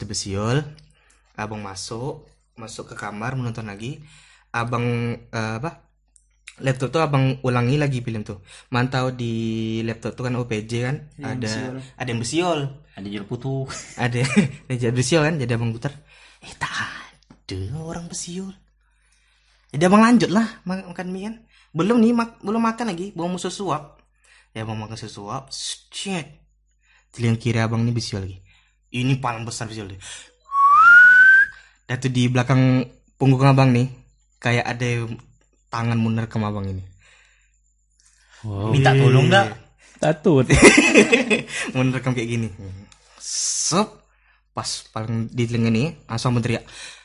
tuh besiol. Abang masuk ke kamar menonton lagi. Abang laptop tuh abang ulangi lagi film tuh. Mantau di laptop tuh kan OPJ kan, ada yang besiol. Ada jual putu. Ada jadi besiol kan, jadi abang putar. Tak ada orang besiol. Jadi abang lanjut lah makan mie kan. Belum belum makan lagi, bawa musuh suap. Ya abang makan sesuap, shit. Telinga kiri abang nih besiol lagi. Ini paling besar besiol deh. Dan tuh di belakang punggung abang nih, kayak ada tangan mau nerekam abang ini. Wow. Minta tolong gak? Takut. Mau nerekam kayak gini. Sop. Pas paling di telinga nih, langsung menteriak.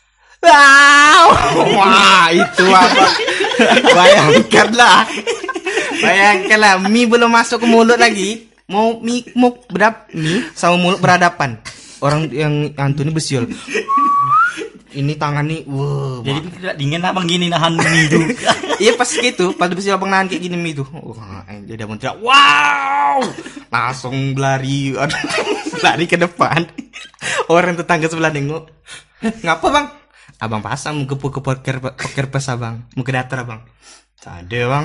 Wah, itu abang. Bayangkanlah, mie belum masuk ke mulut lagi. Mau mie sama mulut berhadapan. Orang yang hantu ini besiol. Ini tangan nih, jadi tidak dingin abang gini nahan mie itu. Iya pas gitu, pas besiol abang nahan kayak gini mie itu. Wah, jadi abang teriak, wow, langsung lari ke depan. Orang tetangga sebelah nengok. Ngapa bang? Abang pasang ke poker pas abang, mau ke datar abang. Ada bang.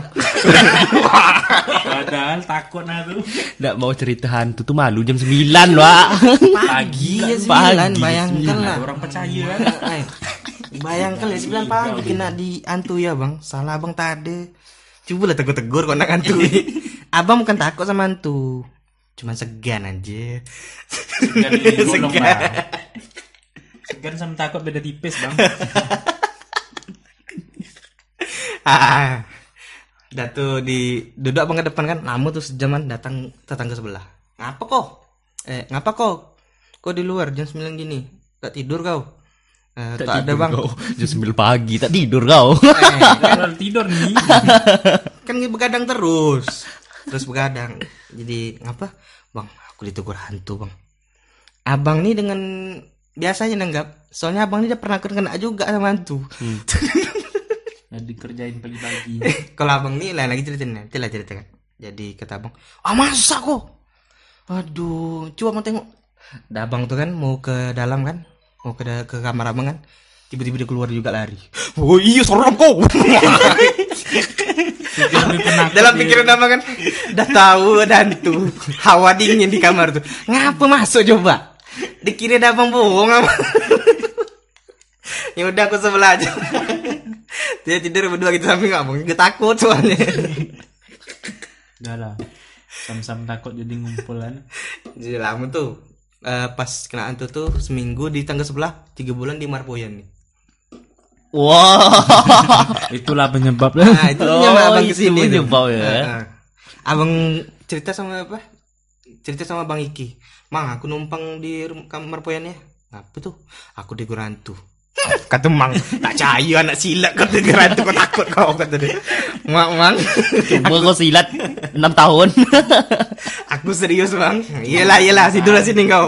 Padahal takut nah tuh. Nggak mau cerita hantu tuh malu jam 9 Wak. Pagi ya 9, bayangkan lah. Orang percaya kan. Bayangkan ya 9 pagi kena di hantu ya bang. Salah abang tadi. Coba lah tegur-tegur kok nak hantu. Abang bukan takut sama hantu, cuman segan aja. Segan sama takut beda tipis bang. Dah tuh duduk abang ke depan kan, lama tuh sejaman datang tetangga sebelah. Ngapa kok? Kok di luar jam 9 gini? Tak tidur kau? Tak ada bang. Jam 9 pagi tak tidur kau. Kalau tidur nih. Kan begadang terus begadang. Jadi ngapa? Bang, aku ditegur hantu bang. Abang nih dengan biasanya nanggap, soalnya abang ini udah pernah kena juga sama hantu. Dikerjain pagi-pagi. Kalau abang nih lain lagi ceritakan. Jadi kata abang, masa kok? Aduh, coba mau tengok. Dah abang tuh kan mau ke dalam kan, mau ke kamar abang kan, tiba-tiba dia keluar juga lari. Oh iya serem kok. Dalam pikiran abang kan, udah tahu ada hantu, hawa dingin di kamar tuh. Ngapa masuk coba? Dikira ada abang bohong apa? Ya udah aku sebelah aja. Dia tidur berdua gitu samping abang, gue takut soalnya. Udah lah, sama-sama takut jadi ngumpulan. Jadi lama tuh, pas kena hantu tuh seminggu di tangga sebelah, 3 bulan di Marpoyan nih. Wah. Itulah penyebabnya. Nah, itu penyebab abang kesini. Penyebab ya. Abang cerita sama Bang Iki. Mang, aku numpang di kamar Marpoyan ya. Apa tuh? Aku ditegur hantu. Kata Mang, tak percaya anak silat kau ditegur hantu, kau takut kau kata dia. Mang. Coba kau silat 6 tahun. Aku serius bang. Iyalah, tidurlah sini kau.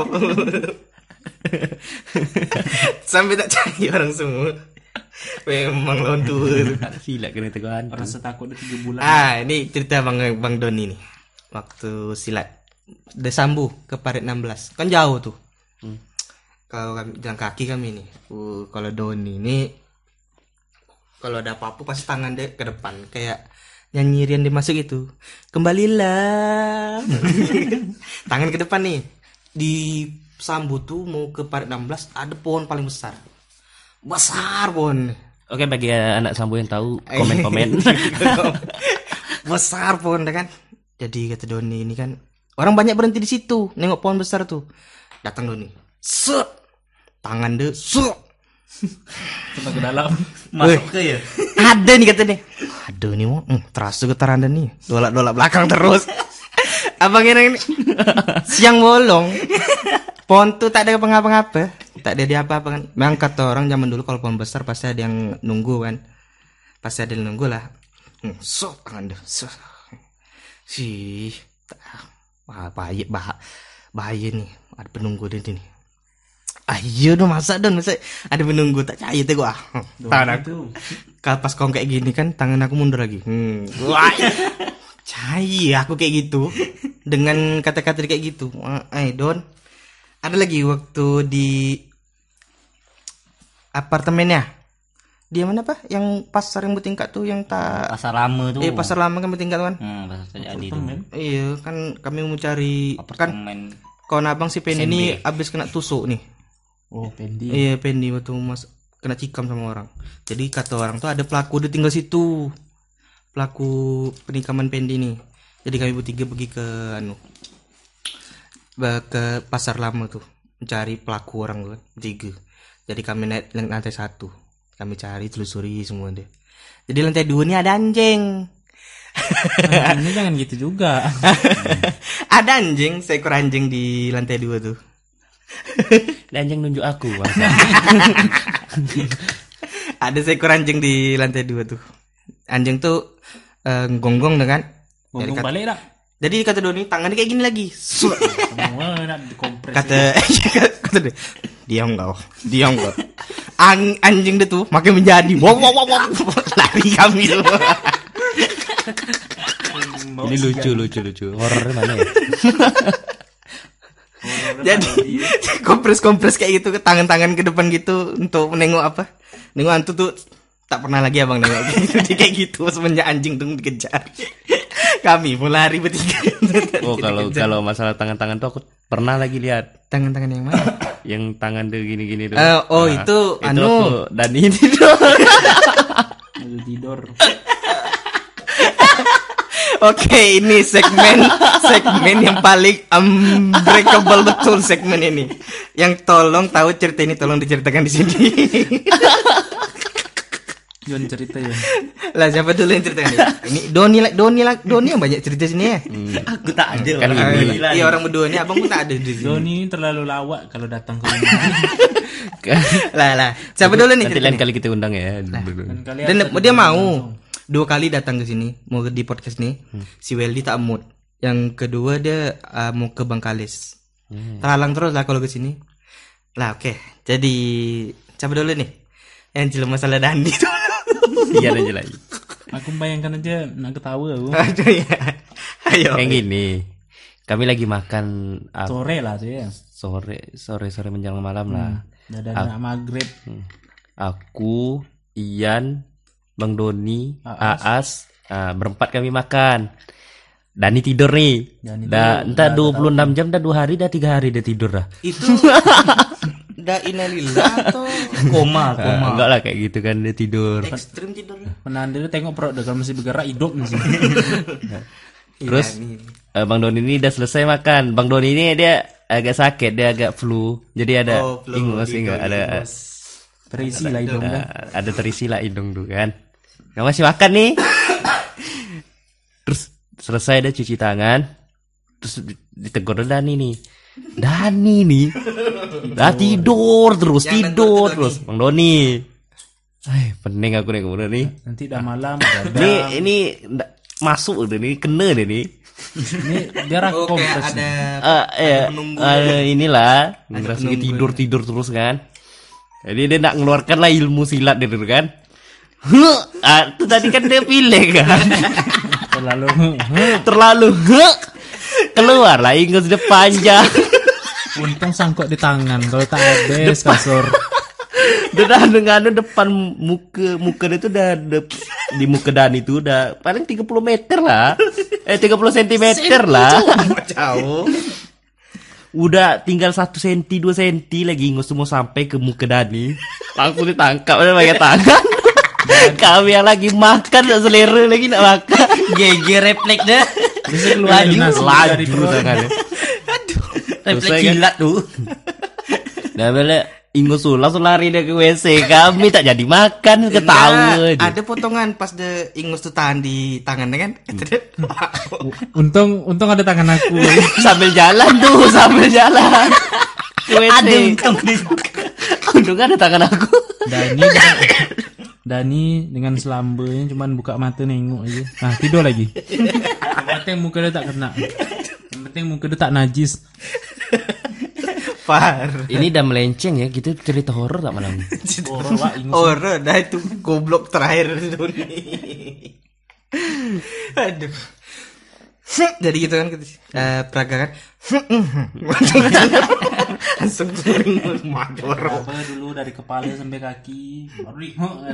Sampai tak percaya orang semua. Memang lawan tua. Silat kena tegur hantu. Rasa takut udah 3 bulan. Ini cerita bang Doni nih. Waktu silat Desambu ke Parit 16. Kan jauh tuh. Kalau jalan kaki kami nih. Kalau Doni ini kalau ada apa-apa pasti tangan dia ke depan kayak nyanyi Rian dimasuk itu. Kembalilah. Tangan ke depan nih. Di Sambu tuh mau ke Parit 16 ada pohon paling besar. Besar pohon. Oke, bagi anak Sambo yang tahu komen-komen. Besar pohon kan. Jadi kata Doni ini kan orang banyak berhenti di situ nengok pohon besar tuh. Datang Doni. Tangan deh. Coba ke dalam. Masuk ke ya. Ada nih kata nih. Aduh nih mau terasa getaran dan nih. Dolak belakang terus. Abang ini siang bolong. Pohon tuh tak ada apa-apa. Tak ada apa-apa kan. Memang kata orang zaman dulu kalau pohon besar pasti ada yang nunggu kan. Pasti ada yang nunggu lah. Tangan deh. Bahaya nih. Ada penunggu di sini. Ayo dong masa ada penunggu tak cair tuh gua. Tangan aku. Kalau pas kau kayak gini kan tangan aku mundur lagi. Wah. Cair aku kayak gitu. Dengan kata-kata kayak gitu. Don. Ada lagi waktu di apartemennya. Dia mana apa? Yang pasar yang bertingkat tuh yang tak Pasar lama tuh. pasar lama kan bertingkat kan? Pasar terjadi tuh. Iya, kan kami mau cari kan Apartemen. kawan abang si Pendi ini abis kena tusuk nih. Oh, Pendi. Iya, Pendi waktu mas kena cikam sama orang. Jadi kata orang tuh ada pelaku dia tinggal situ. Pelaku penikaman Pendi nih. Jadi kami bertiga pergi ke ke pasar lama tuh mencari pelaku orang tuh kan, bertiga. Jadi kami naik lantai 1. Kami cari telusuri semua deh. Jadi lantai 2 ini ada anjing. Ini jangan gitu juga. Ada anjing, seekor anjing di lantai 2 tuh. Dan anjing nunjuk aku. Ada seekor anjing di lantai 2 tuh. Anjing tuh gonggong dengan Ngomong balik tak? Jadi kata Doni tangannya kayak gini lagi. Semua nak dikompres. kata dia, diam kau. Anjing dia tuh makin menjadi. Wow. Lari kami tuh. Ini lucu. Horornya mana ya? Jadi kompres kayak gitu ke tangan-tangan ke depan gitu untuk menengok apa? Nengok hantu tuh tak pernah lagi abang nengok gitu. Dia kayak gitu semenjak anjing tuh dikejar. Kami mau lari bertiga. Oh, kalau masalah tangan-tangan tuh aku pernah lagi lihat. Tangan-tangan yang mana? Yang tangan tuh gini-gini tuh. Itu anu. Aku, dan ini tuh. Lalu tidur. Oke, ini segmen yang paling unbreakable betul segmen ini. Yang tolong tahu cerita ini tolong diceritakan di sini. Yon cerita ya. Lah siapa dulu yang ceritakan ini? Doni yang banyak cerita sini ya. Aku tak ada. Kan Iya orang berdua ini abang pun tak ada di sini. Doni terlalu lawak kalau datang ke rumah. Lah. Siapa dulu nih? Nanti lain kali kita undang ya. Dan kalian Dan dia mau 2 kali datang ke sini mau di podcast nih. Si Weldy tak mood. Yang kedua dia mau ke Bangkalis. Terhalang terus lah kalau ke sini. Lah oke. Jadi siapa dulu nih? Yang jelas masalah Dandi tuh. Iya aja lagi. aku bayangkan aja nak ketawa aku. Aduh ya. Ayo. Kayak gini. Kami lagi makan Sore lah tuh ya. sore menjelang malam lah. Dan anak maghrib. Aku, Ian, Bang Doni, Aas, berempat kami makan. Dani tidur nih. Entah 26 jam, dah 2 hari, dah 3 hari dia tidur dah. Itu dah inalillah atau koma. Enggak lah kayak gitu kan dia tidur. Ekstrim tidurnya. Penanda dia tengok perut dia kalau masih bergerak hidup nih sih. Terus Bang Doni ini udah selesai makan. Bang Doni ini dia agak sakit, dia agak flu. Jadi ada ingus, ada Terisi lah hidung kan. ada terisi lah hidung tuh kan. Nggak masih makan nih. Terus selesai dia cuci tangan. Terus ditegur Dani nih. Dani nih. Dah tidur terus. Bang Doni. Pening aku nih kemudian nih. Nanti udah malam. Ini masuk udah nih, kena deh nih. Ini biar aku kompres. Inilah ngerasa tidur terus kan. Jadi dia nak ngeluarkan lah ilmu silat dia dulu kan. Itu tadi kan dia pilih kan. Terlalu keluar lah ingus dia panjang. Untung sangkut di tangan, kalau tak habis kasur. Udah dengan depan muka dia tuh udah di muka Dani itu udah paling 30 meter lah. 30 cm lah. Jauh. Udah tinggal 1 cm 2 cm lagi ingus mau sampai ke muka Dani. Langsung ditangkap pakai tangan. Kami yang lagi makan tak selera lagi nak makan. GG refleks dah. Bisa keluar laju tangannya. Aduh. Refleks kilat tuh. Dah bela ingus langsung lari dia ke WC. Kami tak jadi makan, ketawa aja. Ada potongan pas de ingus tuh tahan di tangan kan. Untung ada tangan aku. Sambil jalan. Ke WC. Untung ada tangan aku. Dani dengan selambanya cuman buka mata nengok aja. Nah, tidur lagi. Yang penting muka dia tak kena. Yang penting muka dia tak najis. Par. Ini udah melenceng ya, kita cerita horor tak malam. Horor dah itu goblok terakhir itu nih. Aduh. Jadi gitu kan Praga kan. Langsung sering madoro. Apa dulu dari kepala sampai kaki baru lihok kan.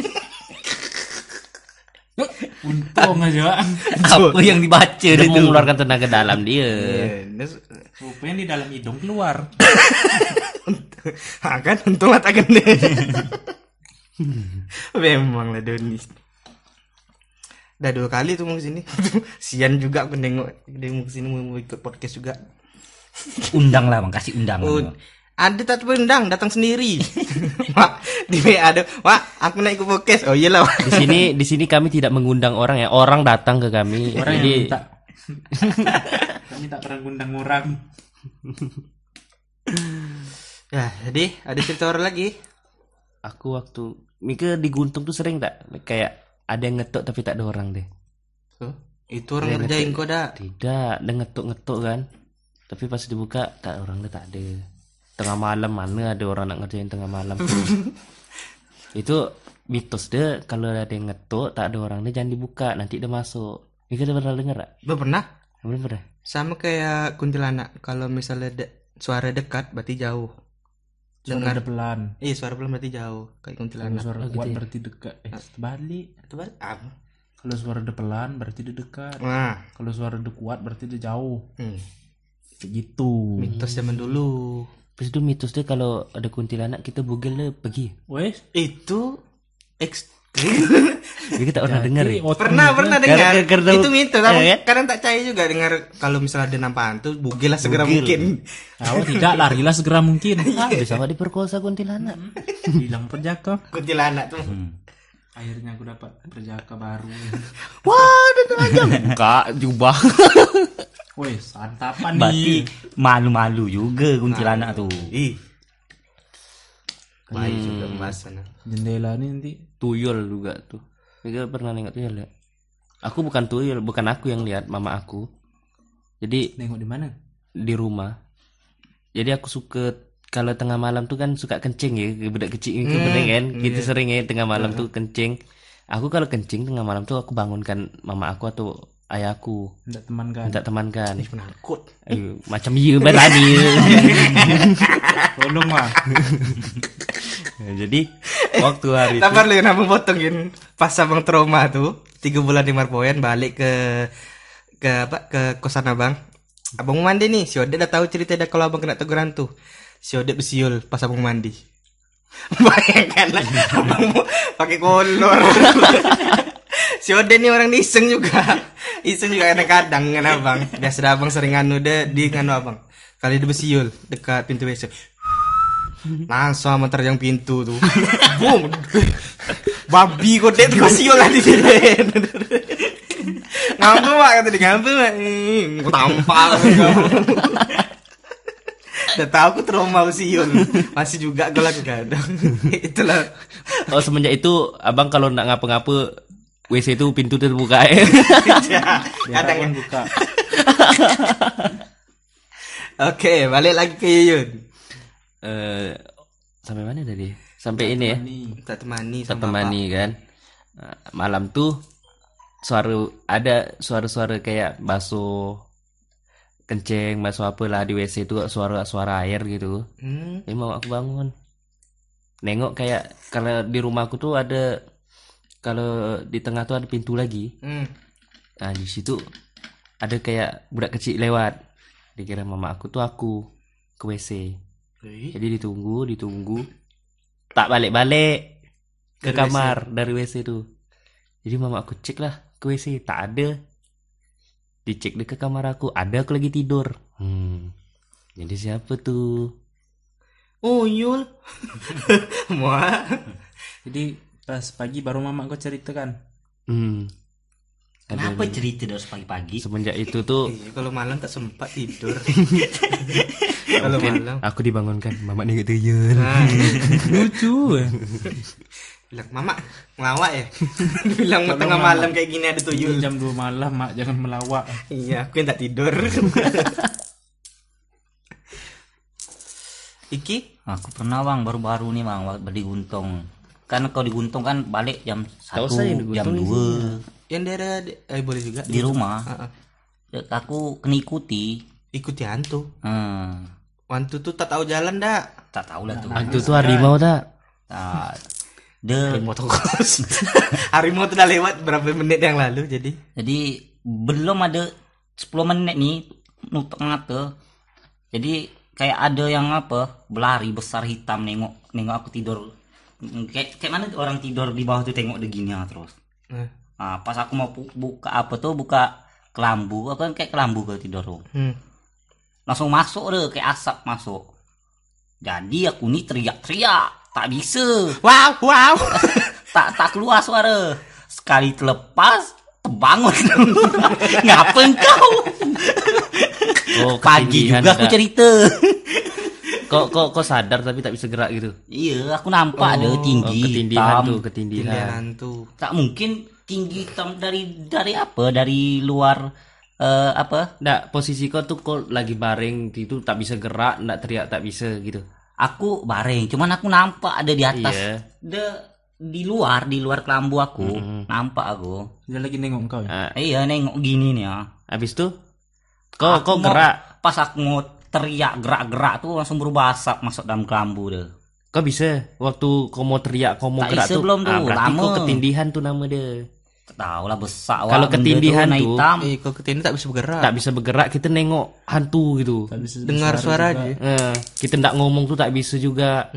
Untung aja. Apa yang dibaca dia mengeluarkan tenaga dalam dia. Rupanya di dalam hidung keluar. Kan untung lah tak kena. Memang lah Doni. Udah 2 kali tuh mau kesini. Sian juga aku nengok dia mau kesini mau ikut podcast juga. Undang lah bang, kasih undangan. Ada tak undang, datang sendiri. Wah, di WA ada, wah aku naik ke podcast. Oh iyalah. Di sini kami tidak mengundang orang ya. Orang datang ke kami. Orang Jadi yang minta. Kami tak pernah ngundang orang. Ya, jadi ada cerita orang lagi. aku waktu Mika di Guntung tuh sering tak kayak ada yang ngetok tapi tak ada orang deh. Itu orang ngerjain kok dah. Tidak, dia ngetok kan. Tapi pas dibuka tak orang dia tak ada. Tengah malam mana ada orang nak ngerjain tengah malam. Itu mitos dia kalau ada yang ngetok tak ada orang dia jangan dibuka nanti dia masuk. Mika udah pernah dengar tak? Belum pernah? Belum pernah. Sama kayak kuntilanak. Kalau misalnya suara dekat berarti jauh. Suara pelan. Suara pelan berarti jauh. Kayak Kalau kuntilanak. suara kuat berarti dekat. Terbalik. Kalau suara de pelan berarti dia dekat. Nah, Kalau suara de kuat berarti dia jauh. Kayak gitu. mitos zaman dulu. Terus itu mitos dia kalau ada kuntilanak kita bugil dia pergi. Wes. Itu Jadi kita pernah dengar ya. pernah dengar. Karena- Itu mitos. Tapi kan? kadang tak percaya juga dengar kalau misalnya ada nampak hantu, bugil lah segera mungkin. Oh tidak, larilah segera mungkin. Bisa apa diperkosa kuntilanak. Bilang perjaka. Kuntilanak tuh. Akhirnya aku dapat perjaka baru. Wah, ada aja. Buka jubah. Woi, santapan Berarti nih. malu-malu juga kuntilanak tuh. Ih. Baik juga mas sana. Jendela nih nanti. Tuyul juga tuh. Mika pernah nengok tuyul ya? Aku bukan tuyul, bukan aku yang lihat, mama aku. Jadi Nengok di mana? di rumah. Jadi aku suka kalau tengah malam tuh kan suka kencing ya, budak kecil itu bener kan. Kita sering ya tengah malam tuh kencing. Aku kalau kencing tengah malam tuh aku bangunkan mama aku atau ayahku, Tidak teman kan? minta temankan. Penakut. Macam iya berani. Tolong lah. Jadi waktu hari itu Sabar lu kenapa potongin pas abang trauma tuh 3 bulan di Marpoyan balik ke kosan abang. Abang mau mandi nih, si Ode udah tahu cerita dah kalau abang kena teguran tuh. Si Ode bersiul pas abang mandi. Bayangkan lah, abang mau pakai kolor. Si Ode nih orang iseng juga kadang-kadang kan abang. Biasa dah abang sering anu deh di nganu abang. Kali dia bersiul dekat pintu WC. Langsung sama terjang pintu tuh. Boom. Babi kok dia tuh siul lah di sini. Ngapa mak kata dia ngapa mak. Aku tampal. Udah tahu aku trauma siul. Masih juga gue lagi kadang. Itulah. oh semenjak itu abang kalau nak ngapa-ngapa WC itu pintu terbuka ya. Kadang Biar buka. Oke, balik lagi ke Yuyun. Sampai mana tadi? Sampai ini ya. Kita temani Kita sama temani kan. Nah, malam tuh ada suara-suara kayak basuh kencing, basuh apalah di WC itu suara air gitu. Jadi mau aku bangun. Nengok kayak kalau di rumahku tuh ada kalau di tengah tuh ada pintu lagi. Nah, di situ ada kayak budak kecil lewat. Dikira mama aku tuh aku ke WC. Jadi ditunggu. Tak balik-balik ke kamar dari WC tuh. Jadi mama aku cek lah ke WC, tak ada. Dicek deh ke kamar aku, ada aku lagi tidur. Jadi siapa tuh? Oh, Yul. Wah. Jadi pas pagi baru mama kau ceritakan. Kenapa cerita harus pagi-pagi? Semenjak itu tuh Kalau malam tak sempat tidur. Kalau mungkin malam. aku dibangunkan, mama nengok tuyul. Lucu. Bilang, Mama, ngelawak ya? Bilang tengah malam kayak gini ada tuyul. Jam 2 malam mak jangan melawak. Iya, aku yang tak tidur. Iki? Aku pernah bang baru-baru nih bang di Guntung. Kan kalau di Guntung kan balik jam 1, usah yang di jam Guntung 2 Yang daerah boleh juga di rumah. Heeh. Aku kena ikuti. Ikuti hantu. Hantu tuh tak tahu jalan dak. Tak tahu lah tuh. Hantu tuh harimau tak? Nah, de Harimau tongkos. Harimau tuh udah lewat berapa menit yang lalu jadi. Jadi belum ada 10 menit nih nutup mata. Jadi kayak ada yang apa berlari besar hitam nengok aku tidur. Kayak mana tuh orang tidur di bawah tuh tengok begini terus. Nah, pas aku mau buka kelambu, aku kan kayak kelambu ke tidur tuh. Langsung masuk deh kayak asap masuk. Jadi aku nih teriak-teriak, tak bisa. Wow. tak keluar suara. Sekali terlepas, terbangun. Ngapa engkau? Pagi juga aku cerita. Kok sadar tapi tak bisa gerak gitu. Iya, aku nampak ada tinggi ketindihan hitam. tuh, ketindihan. Hantu. Tak mungkin tinggi hitam dari apa? Dari luar apa? Nggak, posisi kau tuh kau lagi baring itu tak bisa gerak, nggak teriak tak bisa gitu. Aku bareng, cuman aku nampak ada di atas. Iya. Di luar kelambu aku, nampak aku. Dia lagi nengok kau ya. Iya, nengok gini nih ya. Habis tuh kau Aku mau- gerak. Pas aku mau teriak gerak-gerak tuh langsung berubah asap masuk dalam kelambu deh. Kau bisa waktu kau mau teriak, kau mau Tak gerak bisa tuh. belum tuh, berarti lama. kau ketindihan tuh nama dia. Tahu lah besar. Kalau wak, benda ketindihan warna tuh, hitam. Kok ketini tak bisa bergerak. Tak bisa bergerak, kita nengok hantu gitu. Tak bisa Dengar suara aja. Kita ndak ngomong tuh tak bisa juga.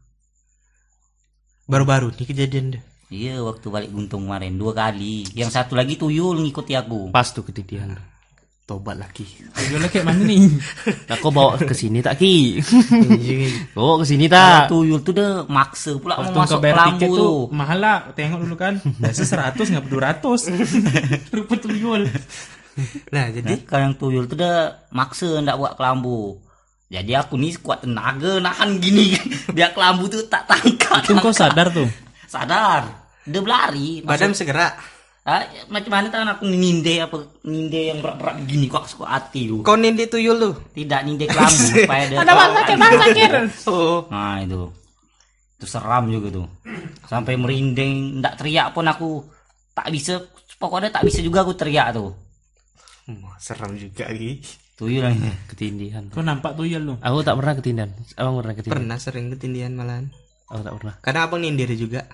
Baru-baru nih kejadian deh. Iya, waktu balik Guntung kemarin 2 kali. Yang satu lagi tuyul ngikuti aku. Pas tuh ketindihan. Tobat lagi. Dia lagi kayak mana nih? Nah, kau bawa ke sini tak Ki? Bawa ke sini tak? Tuyul tuh deh maksa pula Waktu mau kau masuk bayar kelambu tiket tuh. tuh mahal lah. Tengok dulu kan. Biasa 100 nggak 200. Rupa tuyul. Nah, jadi Kalau yang tuyul tuh deh maksa ndak buat kelambu. Jadi aku nih kuat tenaga nahan gini biar kelambu tuh tak tangkap. Itu kau sadar tuh. Sadar. Dia berlari. badan bisa gerak. Macam mana tangan aku ninde yang berat-berat gini kok suka hati lu. Kau nindi tuyul tuh. Tidak ninde kelambu supaya dia. Oh. Nah itu seram juga tuh. Sampai merinding, ndak teriak pun aku tak bisa. Pokoknya tak bisa juga aku teriak tuh. Seram juga lagi. Tuyul lagi. Ketindihan. Kau nampak tuyul lu. Aku tak pernah ketindihan. Abang pernah ketindihan? Pernah sering ketindihan malahan. Aku tak pernah. Karena abang nindir juga.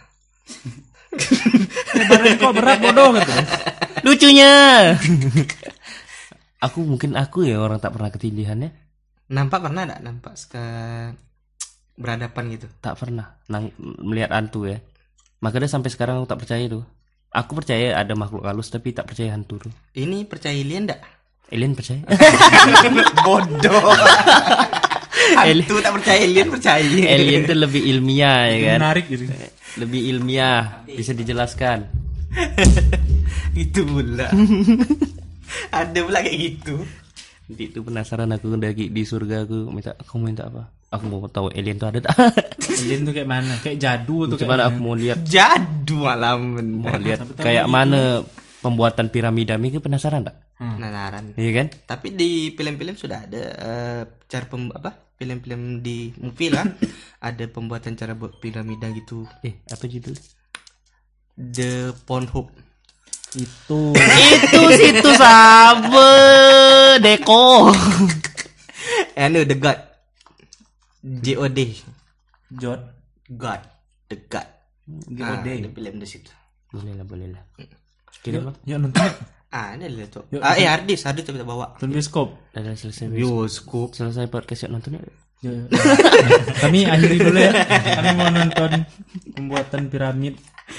Badan kau berat bodoh gitu. Lucunya. Aku ya orang tak pernah ketindihan ya. Nampak pernah enggak nampak berhadapan gitu? Tak pernah melihat hantu ya. Makanya sampai sekarang aku tak percaya tuh. Aku percaya ada makhluk halus tapi tak percaya hantu tuh. Ini percaya alien enggak? Alien percaya? Bodoh. Hantu tak percaya alien percaya. Alien tuh lebih ilmiah ya kan. Menarik gitu. Lebih ilmiah, bisa dijelaskan. Itu pula. Ada pula kayak gitu. Nanti itu penasaran aku di surga aku minta apa? Aku mau tahu alien tuh ada tak? Alien tuh kayak mana? Kayak jadu tuh Cuman kayak aku mau lihat Jadu malam. mau lihat kayak mana pembuatan piramida ini penasaran tak? Penasaran. Iya kan? Tapi di film-film sudah ada cara film-film di movie lah ada pembuatan cara buat piramida gitu. Apa judul? The Pornhub. itu. Itu situs apa? Deko. The God. God. Jod. God. The God. God. Ada film di situ. Boleh lah. Kirim lah. Yuk nonton. Ada lihat tuh. Yuk, harddisk kita bawa. Nonton bioskop. Udah selesai. Bioskop. Selesai podcast yuk nonton yuk. Yuk. Kami akhiri dulu ya. Kami mau nonton pembuatan piramid.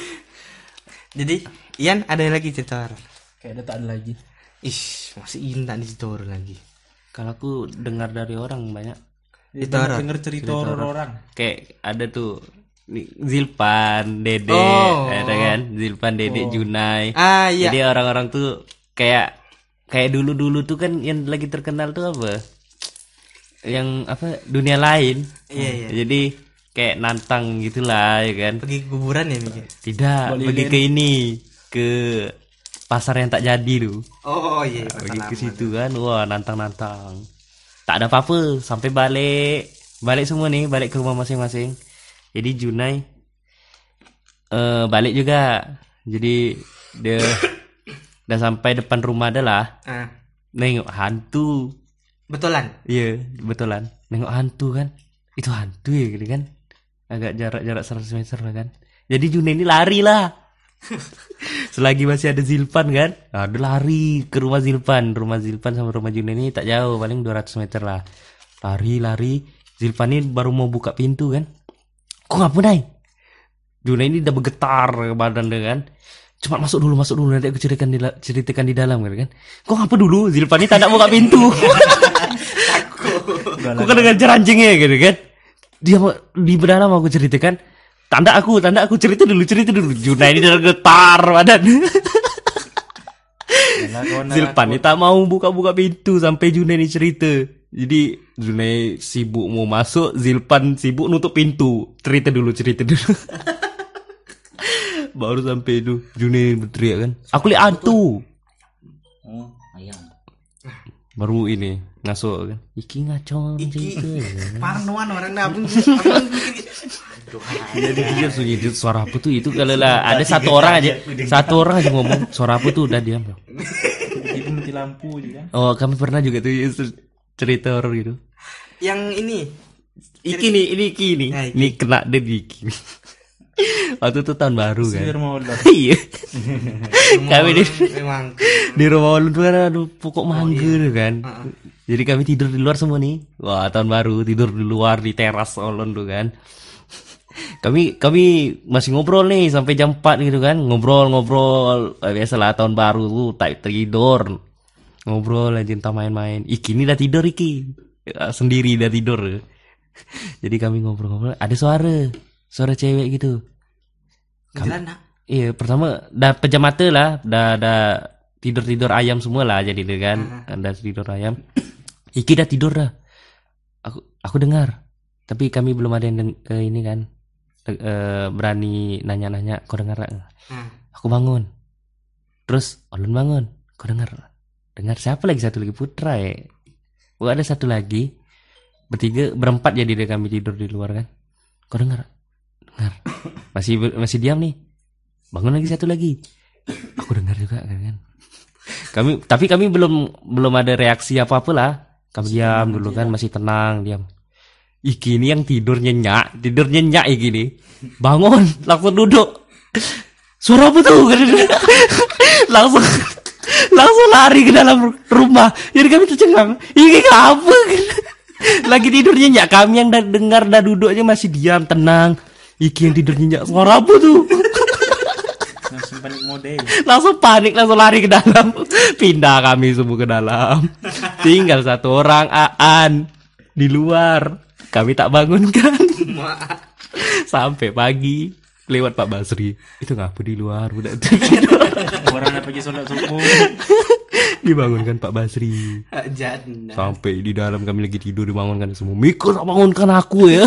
Jadi, Ian ada lagi cerita horor? Kayaknya tak ada lagi. Masih Ian tak ada cerita horor lagi. Kalau aku dengar dari orang banyak. Denger cerita horor orang. Kayak ada tuh Zilpan, Dede, Oh. ada kan? Zilpan, Dede, Junai. Iya. Jadi orang-orang tuh kayak dulu-dulu tuh kan yang lagi terkenal tuh apa? Yang apa? Dunia lain. Iya. Jadi kayak nantang gitulah ya kan. Pergi ke kuburan ya mikir. Tidak, pergi ke ini, ke pasar yang tak jadi tuh. Oh iya. Pergi ke situ kan. Wah, nantang-nantang. Tak ada apa-apa sampai balik semua nih, balik ke rumah masing-masing. Jadi Junai balik juga. Jadi dia udah sampai depan rumah dah lah. Nengok hantu. Betulan. Iya, betulan. Nengok hantu kan. Itu hantu ya gitu kan. Agak jarak 100 meter lah kan. Jadi Junai ini lari lah. Selagi masih ada Zilpan kan. Ada lari ke rumah Zilpan. Rumah Zilpan sama rumah Junai ini tak jauh, paling 200 meter lah. Lari. Zilpan ini baru mau buka pintu kan. Kok ngapa Nay? Junai ini udah bergetar ke badan dia kan. Cepat masuk dulu nanti aku ceritakan di dalam kan. Kok ngapa dulu? Zilpan ini tak nak buka pintu. Kok kan dengan jeranjingnya gitu kan. Dia mau di dalam aku ceritakan. Tanda aku cerita dulu. Junai ini udah getar badan. Zilpan ini tak mau buka pintu sampai Junai ini cerita. Jadi Junai sibuk mau masuk, Zilpan sibuk nutup pintu. Cerita dulu. Baru sampai itu Junai berteriak kan. Aku lihat hantu. Oh, ayam. Baru ini ngasuk kan. Iki ngaco cerita. Parnoan orang nabung. Jadi dia sunyi suara apa tuh itu kalau lah ada satu orang aja ngomong suara apa tuh udah diam. Itu mati lampu juga. Oh, kami pernah juga tuh cerita horor gitu. Yang ini. Iki nih. Ini kena deh Iki. Waktu itu tahun baru kan. Di rumah ulur. Iya. Kami Memang. di rumah ulun tuh kan ada pokok mangga tuh kan. Jadi kami tidur di luar semua nih. Wah, tahun baru tidur di luar di teras ulun tuh kan. Kami masih ngobrol nih sampai jam 4 gitu kan. Ngobrol. Biasalah tahun baru tuh tak tidur. Ngobrol aja entah main-main. Iki ini udah tidur Iki. Sendiri udah tidur. Jadi kami ngobrol. Ada suara cewek gitu. Iya, pertama dah pejam mata lah, dah tidur ayam semua lah jadi kan. Ada tidur ayam. Iki dah tidur dah. Aku dengar. Tapi kami belum ada yang ini kan. Berani nanya-nanya, kau dengar enggak? Aku bangun. Terus Olun bangun. Kau dengar siapa lagi? Satu lagi Putra ya. Oh, ada satu lagi. Berempat jadi kami tidur di luar kan. Kau dengar? Masih diam nih. Bangun lagi satu lagi. Aku dengar juga kan. Kami belum ada reaksi apa-apa lah. Kami diam dulu kan, masih tenang, diam. Iki ini yang tidur nyenyak Iki nih. Bangun, langsung duduk. Suara apa tuh? langsung lari ke dalam rumah. Jadi kami tercengang. Ini apa? Lagi tidur nyenyak. Kami yang dengar dah duduk aja masih diam, tenang. Iki yang tidur nyenyak. Suara apa tuh? Langsung panik, langsung lari ke dalam. Pindah kami semua ke dalam. Tinggal satu orang Aan di luar. Kami tak bangunkan. Sampai pagi lewat Pak Basri. Itu ngapa di luar udah tidur. Orang pergi sholat subuh. Dibangunkan Pak Basri. Sampai di dalam kami lagi tidur dibangunkan semua. Miko tak bangunkan aku ya.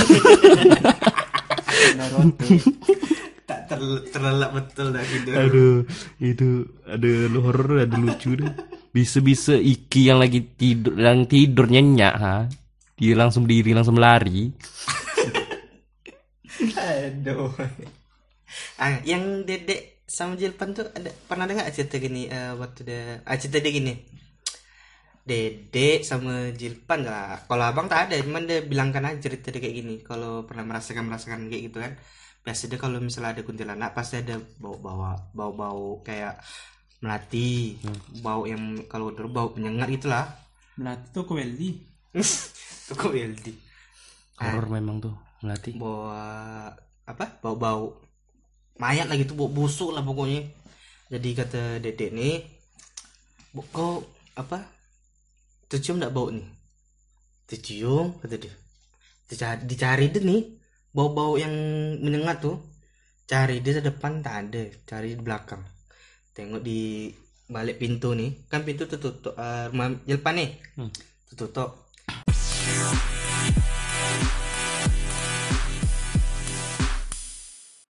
Tak terlelap betul dah gitu. Aduh, itu ada horor, ada lucu deh. Bisa-bisa Iki yang lagi tidur nyenyak dia langsung berdiri, langsung lari. Aduh. Yang Dedek sama Jilpan tuh pernah dengar cerita gini cerita dia gini. Dedek sama Jilpan lah. Kalau abang tak ada, cuman dia bilangkan aja cerita dia kayak gini. Kalau pernah merasakan kayak gitu kan. Biasa dia kalau misalnya ada kuntilanak pasti ada bau kayak melati, bau yang kalau dulu bau penyengat gitulah. Melati tuh Weldi. Tuh Weldi. Horor memang tuh melati. Bau mayat lah gitu, bau busuk lah pokoknya. Jadi kata Dedek nih, kau tercium enggak bau nih? Tercium kata dia. Dicari deh nih bau-bau yang menyengat tuh. Cari di depan tak ada, cari di belakang. Tengok di balik pintu nih, kan pintu tertutup, rumah Jilpan nih tertutup.